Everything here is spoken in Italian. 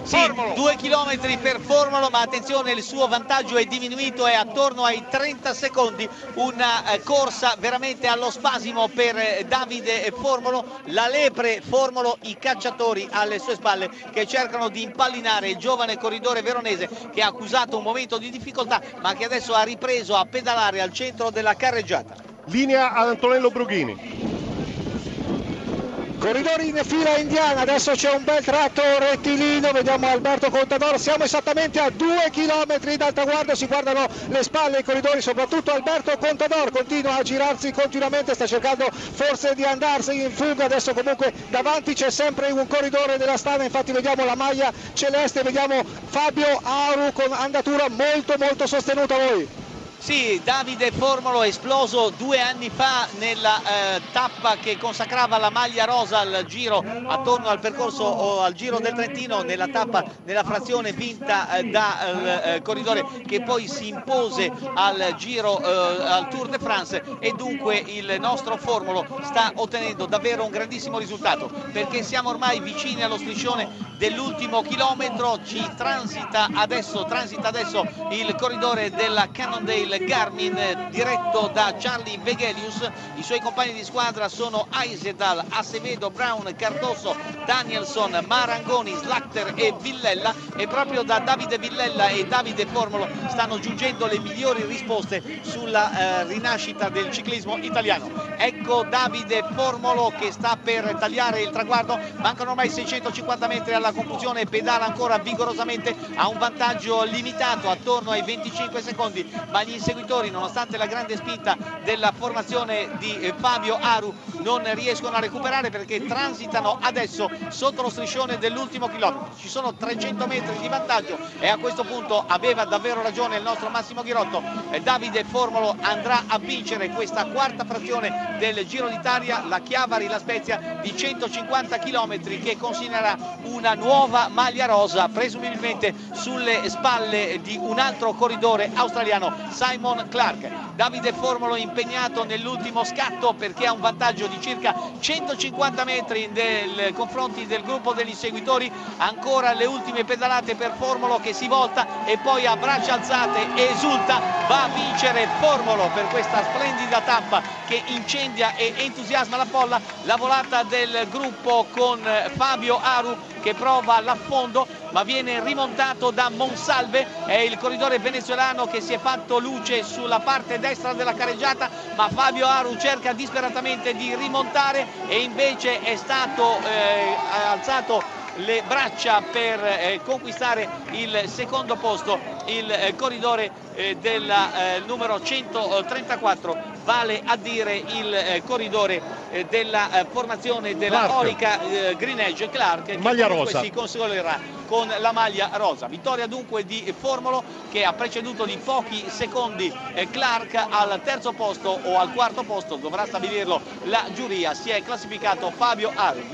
Sì, 2 chilometri per Formolo, ma attenzione, il suo vantaggio è diminuito, è attorno ai 30 secondi, una corsa veramente allo spasimo per Davide Formolo, la lepre Formolo, i cacciatori alle sue spalle che cercano di impallinare il giovane corridore veronese che ha accusato un momento di difficoltà ma che adesso ha ripreso a pedalare al centro della carreggiata. Linea ad Antonello Brughini. Corridori in fila indiana, adesso c'è un bel tratto rettilineo, vediamo Alberto Contador, siamo esattamente a 2 chilometri dal traguardo, si guardano le spalle i corridori, soprattutto Alberto Contador continua a girarsi continuamente, sta cercando forse di andarsene in fuga, adesso comunque davanti c'è sempre un corridore della Astana, infatti vediamo la maglia celeste, vediamo Fabio Aru con andatura molto sostenuta. Voi? Sì, Davide Formolo è esploso 2 anni fa nella tappa che consacrava la maglia rosa al giro attorno al percorso o al Giro del Trentino, nella tappa nella frazione vinta dal corridore che poi si impose al giro al Tour de France, e dunque il nostro Formolo sta ottenendo davvero un grandissimo risultato perché siamo ormai vicini allo striscione dell'ultimo chilometro. Transita adesso il corridore della Cannondale Garmin diretto da Charlie Vegelius. I suoi compagni di squadra sono Aisedal, Acevedo, Brown, Cardoso, Danielson, Marangoni, Slachter e Villella, e proprio da Davide Villella e Davide Formolo stanno giungendo le migliori risposte sulla rinascita del ciclismo italiano. Ecco Davide Formolo che sta per tagliare il traguardo, mancano ormai 650 metri alla conclusione, pedala ancora vigorosamente, ha un vantaggio limitato attorno ai 25 secondi, ma gli inseguitori, nonostante la grande spinta della formazione di Fabio Aru, non riescono a recuperare perché transitano adesso sotto lo striscione dell'ultimo chilometro. Ci sono 300 metri di vantaggio e a questo punto aveva davvero ragione il nostro Massimo Ghirotto. Davide Formolo andrà a vincere questa quarta frazione del Giro d'Italia, la Chiavari La Spezia di 150 km che consegnerà una nuova maglia rosa, presumibilmente sulle spalle di un altro corridore australiano, Simon Clark. Davide Formolo impegnato nell'ultimo scatto perché ha un vantaggio di circa 150 metri nei confronti del gruppo degli inseguitori. Ancora le ultime pedalate per Formolo che si volta e poi a braccia alzate esulta, va a vincere Formolo per questa splendida tappa che incendia e entusiasma la folla. La volata del gruppo con Fabio Aru che prova l'affondo ma viene rimontato da Monsalve, è il corridore venezuelano che si è fatto luce sulla parte destra della carreggiata, ma Fabio Aru cerca disperatamente di rimontare e invece è stato alzato le braccia per conquistare il secondo posto, il corridore del numero 134, vale a dire il corridore della formazione della Orica Green Edge, Clark, che maglia comunque rosa. si consolerà con la maglia rosa. Vittoria dunque di Formolo che ha preceduto di pochi secondi Clark. Al terzo posto o al quarto posto, dovrà stabilirlo la giuria, si è classificato Fabio Aru.